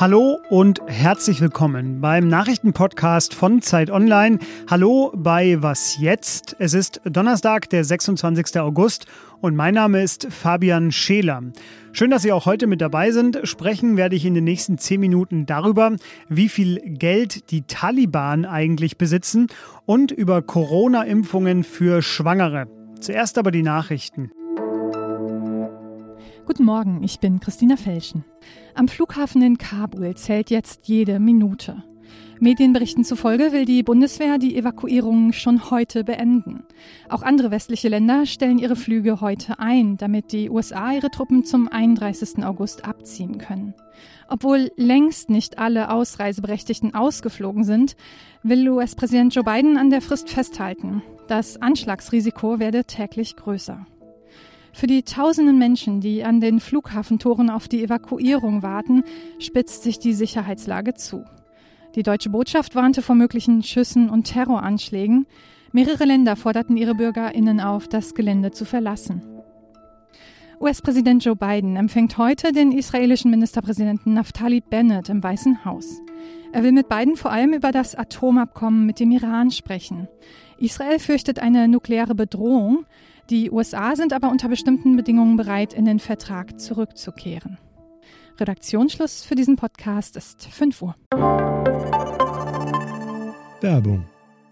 Hallo und herzlich willkommen beim Nachrichtenpodcast von Zeit Online. Hallo bei Was jetzt? Es ist Donnerstag, der 26. August und mein Name ist Fabian Scheler. Schön, dass Sie auch heute mit dabei sind. Sprechen werde ich in den nächsten 10 Minuten darüber, wie viel Geld die Taliban eigentlich besitzen und über Corona-Impfungen für Schwangere. Zuerst aber die Nachrichten. Guten Morgen, ich bin Christina Felschen. Am Flughafen in Kabul zählt jetzt jede Minute. Medienberichten zufolge will die Bundeswehr die Evakuierung schon heute beenden. Auch andere westliche Länder stellen ihre Flüge heute ein, damit die USA ihre Truppen zum 31. August abziehen können. Obwohl längst nicht alle Ausreiseberechtigten ausgeflogen sind, will US-Präsident Joe Biden an der Frist festhalten. Das Anschlagsrisiko werde täglich größer. Für die tausenden Menschen, die an den Flughafentoren auf die Evakuierung warten, spitzt sich die Sicherheitslage zu. Die deutsche Botschaft warnte vor möglichen Schüssen und Terroranschlägen. Mehrere Länder forderten ihre BürgerInnen auf, das Gelände zu verlassen. US-Präsident Joe Biden empfängt heute den israelischen Ministerpräsidenten Naftali Bennett im Weißen Haus. Er will mit Biden vor allem über das Atomabkommen mit dem Iran sprechen. Israel fürchtet eine nukleare Bedrohung. Die USA sind aber unter bestimmten Bedingungen bereit, in den Vertrag zurückzukehren. Redaktionsschluss für diesen Podcast ist 5 Uhr. Werbung.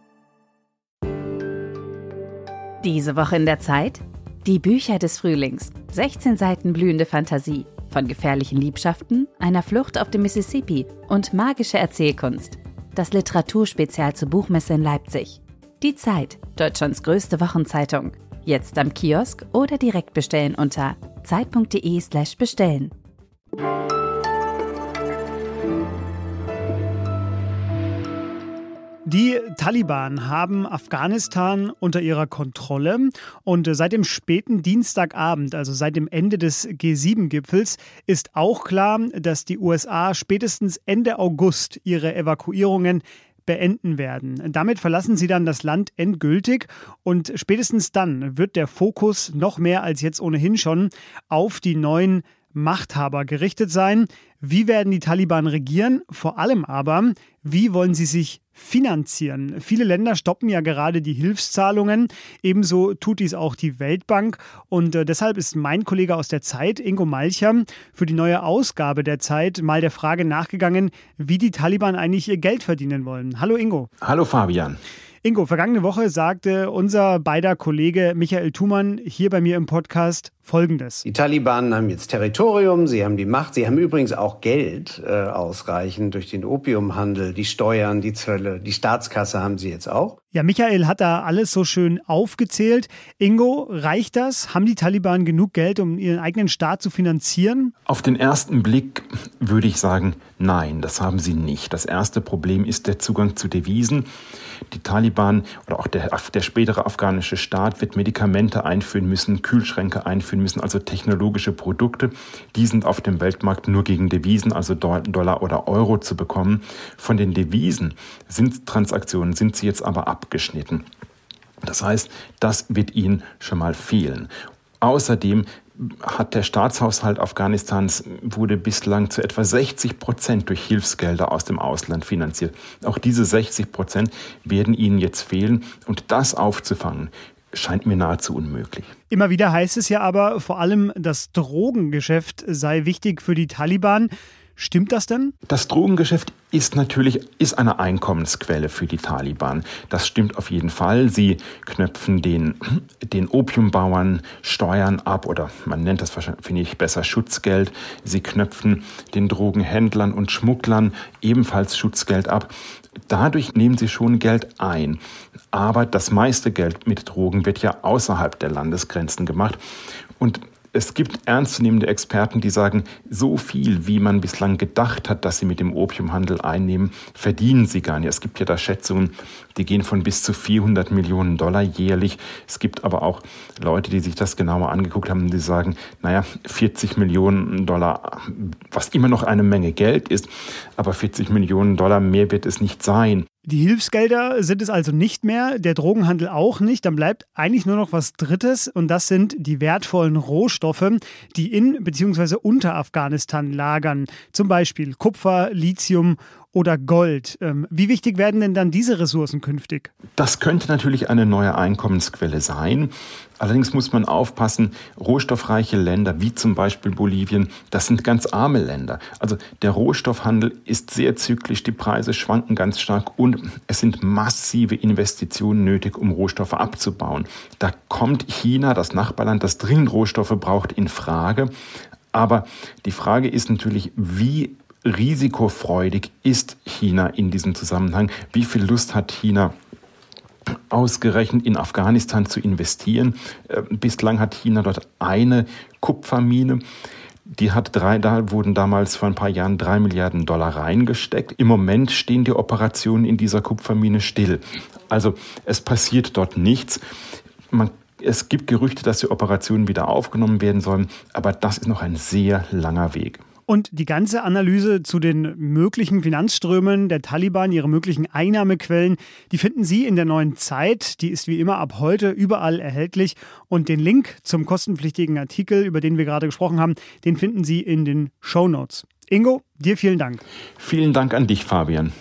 Diese Woche in der Zeit? Die Bücher des Frühlings. 16 Seiten blühende Fantasie. Von gefährlichen Liebschaften, einer Flucht auf dem Mississippi und magische Erzählkunst. Das Literaturspezial zur Buchmesse in Leipzig. Die Zeit, Deutschlands größte Wochenzeitung. Jetzt am Kiosk oder direkt bestellen unter zeit.de/bestellen. Die Taliban haben Afghanistan unter ihrer Kontrolle und seit dem späten Dienstagabend, also seit dem Ende des G7-Gipfels, ist auch klar, dass die USA spätestens Ende August ihre Evakuierungen beenden werden. Damit verlassen sie dann das Land endgültig und spätestens dann wird der Fokus noch mehr als jetzt ohnehin schon auf die neuen Machthaber gerichtet sein. Wie werden die Taliban regieren? Vor allem aber, wie wollen sie sich finanzieren? Viele Länder stoppen ja gerade die Hilfszahlungen. Ebenso tut dies auch die Weltbank. Und deshalb ist mein Kollege aus der Zeit, Ingo Malcher, für die neue Ausgabe der Zeit mal der Frage nachgegangen, wie die Taliban eigentlich ihr Geld verdienen wollen. Hallo Ingo. Hallo Fabian. Ingo, vergangene Woche sagte unser beider Kollege Michael Thumann hier bei mir im Podcast Folgendes. Die Taliban haben jetzt Territorium, sie haben die Macht, sie haben übrigens auch Geld ausreichend durch den Opiumhandel, die Steuern, die Zölle, die Staatskasse haben sie jetzt auch. Ja, Michael hat da alles so schön aufgezählt. Ingo, reicht das? Haben die Taliban genug Geld, um ihren eigenen Staat zu finanzieren? Auf den ersten Blick würde ich sagen, nein, das haben sie nicht. Das erste Problem ist der Zugang zu Devisen. Die Taliban oder auch der spätere afghanische Staat wird Medikamente einführen müssen, Kühlschränke einführen müssen, also technologische Produkte. Die sind auf dem Weltmarkt nur gegen Devisen, also Dollar oder Euro zu bekommen. Von den Devisen Transaktionen sind sie jetzt aber abgeschnitten. Das heißt, das wird ihnen schon mal fehlen. Außerdem hat der Staatshaushalt Afghanistans wurde bislang zu etwa 60% durch Hilfsgelder aus dem Ausland finanziert. Auch diese 60% werden ihnen jetzt fehlen und das aufzufangen, scheint mir nahezu unmöglich. Immer wieder heißt es ja aber, vor allem das Drogengeschäft sei wichtig für die Taliban. Stimmt das denn? Das Drogengeschäft ist eine Einkommensquelle für die Taliban. Das stimmt auf jeden Fall. Sie knöpfen den Opiumbauern Steuern ab oder man nennt das wahrscheinlich, finde ich besser, Schutzgeld. Sie knöpfen den Drogenhändlern und Schmugglern ebenfalls Schutzgeld ab. Dadurch nehmen sie schon Geld ein. Aber das meiste Geld mit Drogen wird ja außerhalb der Landesgrenzen gemacht. Und es gibt ernstzunehmende Experten, die sagen, so viel, wie man bislang gedacht hat, dass sie mit dem Opiumhandel einnehmen, verdienen sie gar nicht. Es gibt ja da Schätzungen, die gehen von bis zu 400 Millionen Dollar jährlich. Es gibt aber auch Leute, die sich das genauer angeguckt haben, die sagen, 40 Millionen Dollar, was immer noch eine Menge Geld ist, aber 40 Millionen Dollar mehr wird es nicht sein. Die Hilfsgelder sind es also nicht mehr, der Drogenhandel auch nicht. Dann bleibt eigentlich nur noch was Drittes und das sind die wertvollen Rohstoffe, die in bzw. unter Afghanistan lagern. Zum Beispiel Kupfer, Lithium oder Gold. Wie wichtig werden denn dann diese Ressourcen künftig? Das könnte natürlich eine neue Einkommensquelle sein. Allerdings muss man aufpassen, rohstoffreiche Länder wie zum Beispiel Bolivien, das sind ganz arme Länder. Also der Rohstoffhandel ist sehr zyklisch, die Preise schwanken ganz stark und es sind massive Investitionen nötig, um Rohstoffe abzubauen. Da kommt China, das Nachbarland, das dringend Rohstoffe braucht, in Frage. Aber die Frage ist natürlich, wie risikofreudig ist China in diesem Zusammenhang? Wie viel Lust hat China, ausgerechnet in Afghanistan zu investieren? Bislang hat China dort eine Kupfermine. Da wurden damals vor ein paar Jahren $3 Milliarden reingesteckt. Im Moment stehen die Operationen in dieser Kupfermine still. Also es passiert dort nichts. Es gibt Gerüchte, dass die Operationen wieder aufgenommen werden sollen, aber das ist noch ein sehr langer Weg. Und die ganze Analyse zu den möglichen Finanzströmen der Taliban, ihre möglichen Einnahmequellen, die finden Sie in der Neuen Zeit. Die ist wie immer ab heute überall erhältlich. Und den Link zum kostenpflichtigen Artikel, über den wir gerade gesprochen haben, den finden Sie in den Shownotes. Ingo, dir vielen Dank. Vielen Dank an dich, Fabian.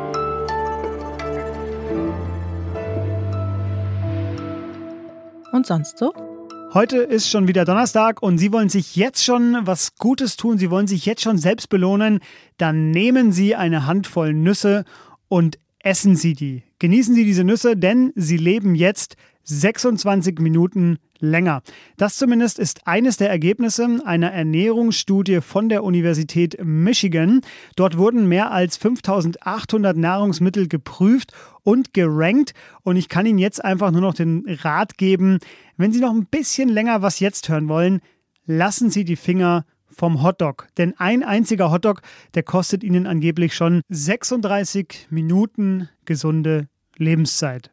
Und sonst so? Heute ist schon wieder Donnerstag und Sie wollen sich jetzt schon was Gutes tun, Sie wollen sich jetzt schon selbst belohnen, dann nehmen Sie eine Handvoll Nüsse und essen Sie die. Genießen Sie diese Nüsse, denn sie leben jetzt 26 Minuten länger. Das zumindest ist eines der Ergebnisse einer Ernährungsstudie von der Universität Michigan. Dort wurden mehr als 5.800 Nahrungsmittel geprüft und gerankt. Und ich kann Ihnen jetzt einfach nur noch den Rat geben, wenn Sie noch ein bisschen länger was jetzt hören wollen, lassen Sie die Finger vom Hotdog. Denn ein einziger Hotdog, der kostet Ihnen angeblich schon 36 Minuten gesunde Lebenszeit.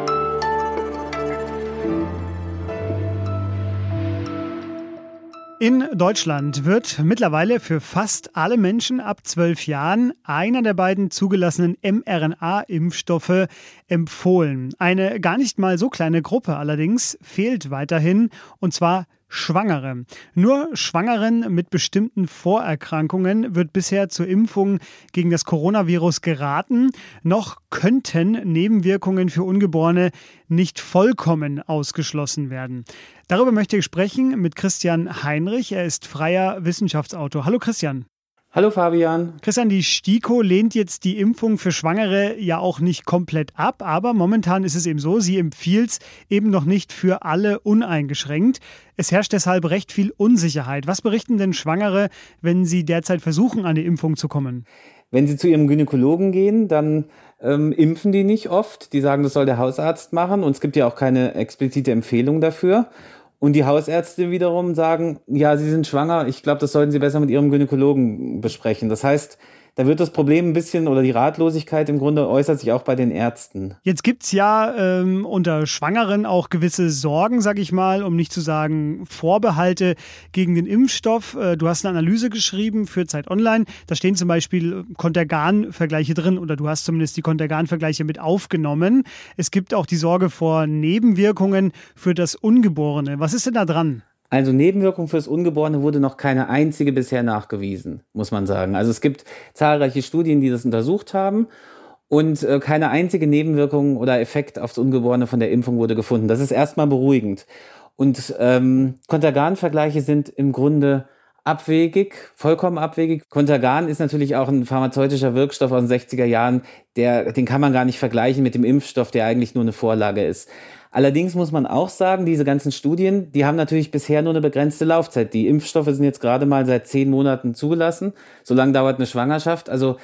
In Deutschland wird mittlerweile für fast alle Menschen ab 12 Jahren einer der beiden zugelassenen mRNA-Impfstoffe empfohlen. Eine gar nicht mal so kleine Gruppe allerdings fehlt weiterhin, und zwar Schwangere. Nur Schwangeren mit bestimmten Vorerkrankungen wird bisher zur Impfung gegen das Coronavirus geraten. Noch könnten Nebenwirkungen für Ungeborene nicht vollkommen ausgeschlossen werden. Darüber möchte ich sprechen mit Christian Heinrich. Er ist freier Wissenschaftsautor. Hallo Christian. Hallo Fabian. Christian, die STIKO lehnt jetzt die Impfung für Schwangere ja auch nicht komplett ab, aber momentan ist es eben so, sie empfiehlt es eben noch nicht für alle uneingeschränkt. Es herrscht deshalb recht viel Unsicherheit. Was berichten denn Schwangere, wenn sie derzeit versuchen, an die Impfung zu kommen? Wenn Sie zu Ihrem Gynäkologen gehen, dann impfen die nicht oft. Die sagen, das soll der Hausarzt machen und es gibt ja auch keine explizite Empfehlung dafür. Und die Hausärzte wiederum sagen, ja, Sie sind schwanger, ich glaube, das sollten Sie besser mit Ihrem Gynäkologen besprechen. Das heißt, da wird das Problem ein bisschen, oder die Ratlosigkeit im Grunde äußert sich auch bei den Ärzten. Jetzt gibt es ja unter Schwangeren auch gewisse Sorgen, sag ich mal, um nicht zu sagen Vorbehalte gegen den Impfstoff. Du hast eine Analyse geschrieben für Zeit Online. Da stehen zum Beispiel Contergan-Vergleiche drin, oder du hast zumindest die Contergan-Vergleiche mit aufgenommen. Es gibt auch die Sorge vor Nebenwirkungen für das Ungeborene. Was ist denn da dran? Also Nebenwirkung fürs Ungeborene wurde noch keine einzige bisher nachgewiesen, muss man sagen. Also es gibt zahlreiche Studien, die das untersucht haben und keine einzige Nebenwirkung oder Effekt aufs Ungeborene von der Impfung wurde gefunden. Das ist erstmal beruhigend. Und Contergan-Vergleiche sind im Grunde abwegig, vollkommen abwegig. Contergan ist natürlich auch ein pharmazeutischer Wirkstoff aus den 60er Jahren, den kann man gar nicht vergleichen mit dem Impfstoff, der eigentlich nur eine Vorlage ist. Allerdings muss man auch sagen, diese ganzen Studien, die haben natürlich bisher nur eine begrenzte Laufzeit. Die Impfstoffe sind jetzt gerade mal seit 10 Monaten zugelassen. So lange dauert eine Schwangerschaft. Also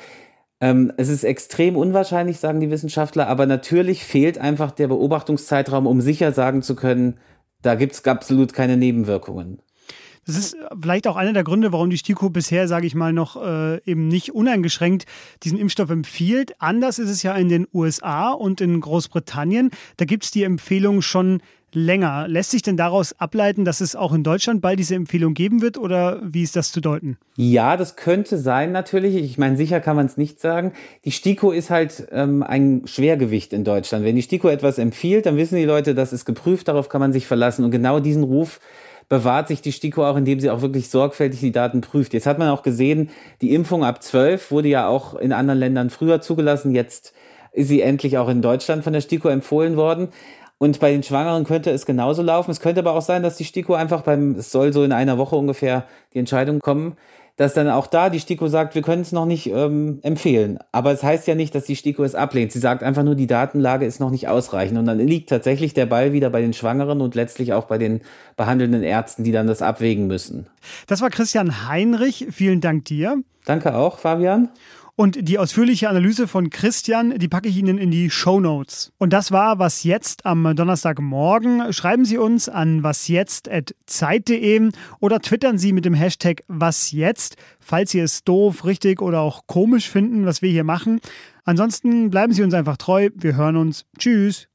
es ist extrem unwahrscheinlich, sagen die Wissenschaftler, aber natürlich fehlt einfach der Beobachtungszeitraum, um sicher sagen zu können, da gibt es absolut keine Nebenwirkungen. Das ist vielleicht auch einer der Gründe, warum die STIKO bisher, sage ich mal, noch eben nicht uneingeschränkt diesen Impfstoff empfiehlt. Anders ist es ja in den USA und in Großbritannien. Da gibt es die Empfehlung schon länger. Lässt sich denn daraus ableiten, dass es auch in Deutschland bald diese Empfehlung geben wird oder wie ist das zu deuten? Ja, das könnte sein natürlich. Ich meine, sicher kann man es nicht sagen. Die STIKO ist halt ein Schwergewicht in Deutschland. Wenn die STIKO etwas empfiehlt, dann wissen die Leute, das ist geprüft, darauf kann man sich verlassen. Und genau diesen Ruf bewahrt sich die STIKO auch, indem sie auch wirklich sorgfältig die Daten prüft. Jetzt hat man auch gesehen, die Impfung ab 12 wurde ja auch in anderen Ländern früher zugelassen. Jetzt ist sie endlich auch in Deutschland von der STIKO empfohlen worden. Und bei den Schwangeren könnte es genauso laufen. Es könnte aber auch sein, dass die STIKO einfach es soll so in einer Woche ungefähr die Entscheidung kommen, dass dann auch da die STIKO sagt, wir können es noch nicht empfehlen. Aber es heißt ja nicht, dass die STIKO es ablehnt. Sie sagt einfach nur, die Datenlage ist noch nicht ausreichend. Und dann liegt tatsächlich der Ball wieder bei den Schwangeren und letztlich auch bei den behandelnden Ärzten, die dann das abwägen müssen. Das war Christian Heinrich. Vielen Dank dir. Danke auch, Fabian. Und die ausführliche Analyse von Christian, die packe ich Ihnen in die Shownotes. Und das war Was Jetzt am Donnerstagmorgen. Schreiben Sie uns an wasjetzt@zeit.de oder twittern Sie mit dem Hashtag WasYetzt, falls Sie es doof, richtig oder auch komisch finden, was wir hier machen. Ansonsten bleiben Sie uns einfach treu. Wir hören uns. Tschüss.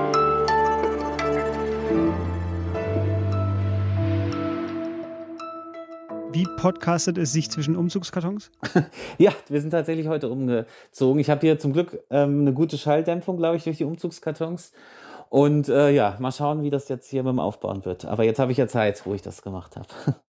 Wie podcastet es sich zwischen Umzugskartons? Ja, wir sind tatsächlich heute umgezogen. Ich habe hier zum Glück eine gute Schalldämpfung, glaube ich, durch die Umzugskartons. Und mal schauen, wie das jetzt hier mit dem Aufbauen wird. Aber jetzt habe ich ja Zeit, wo ich das gemacht habe.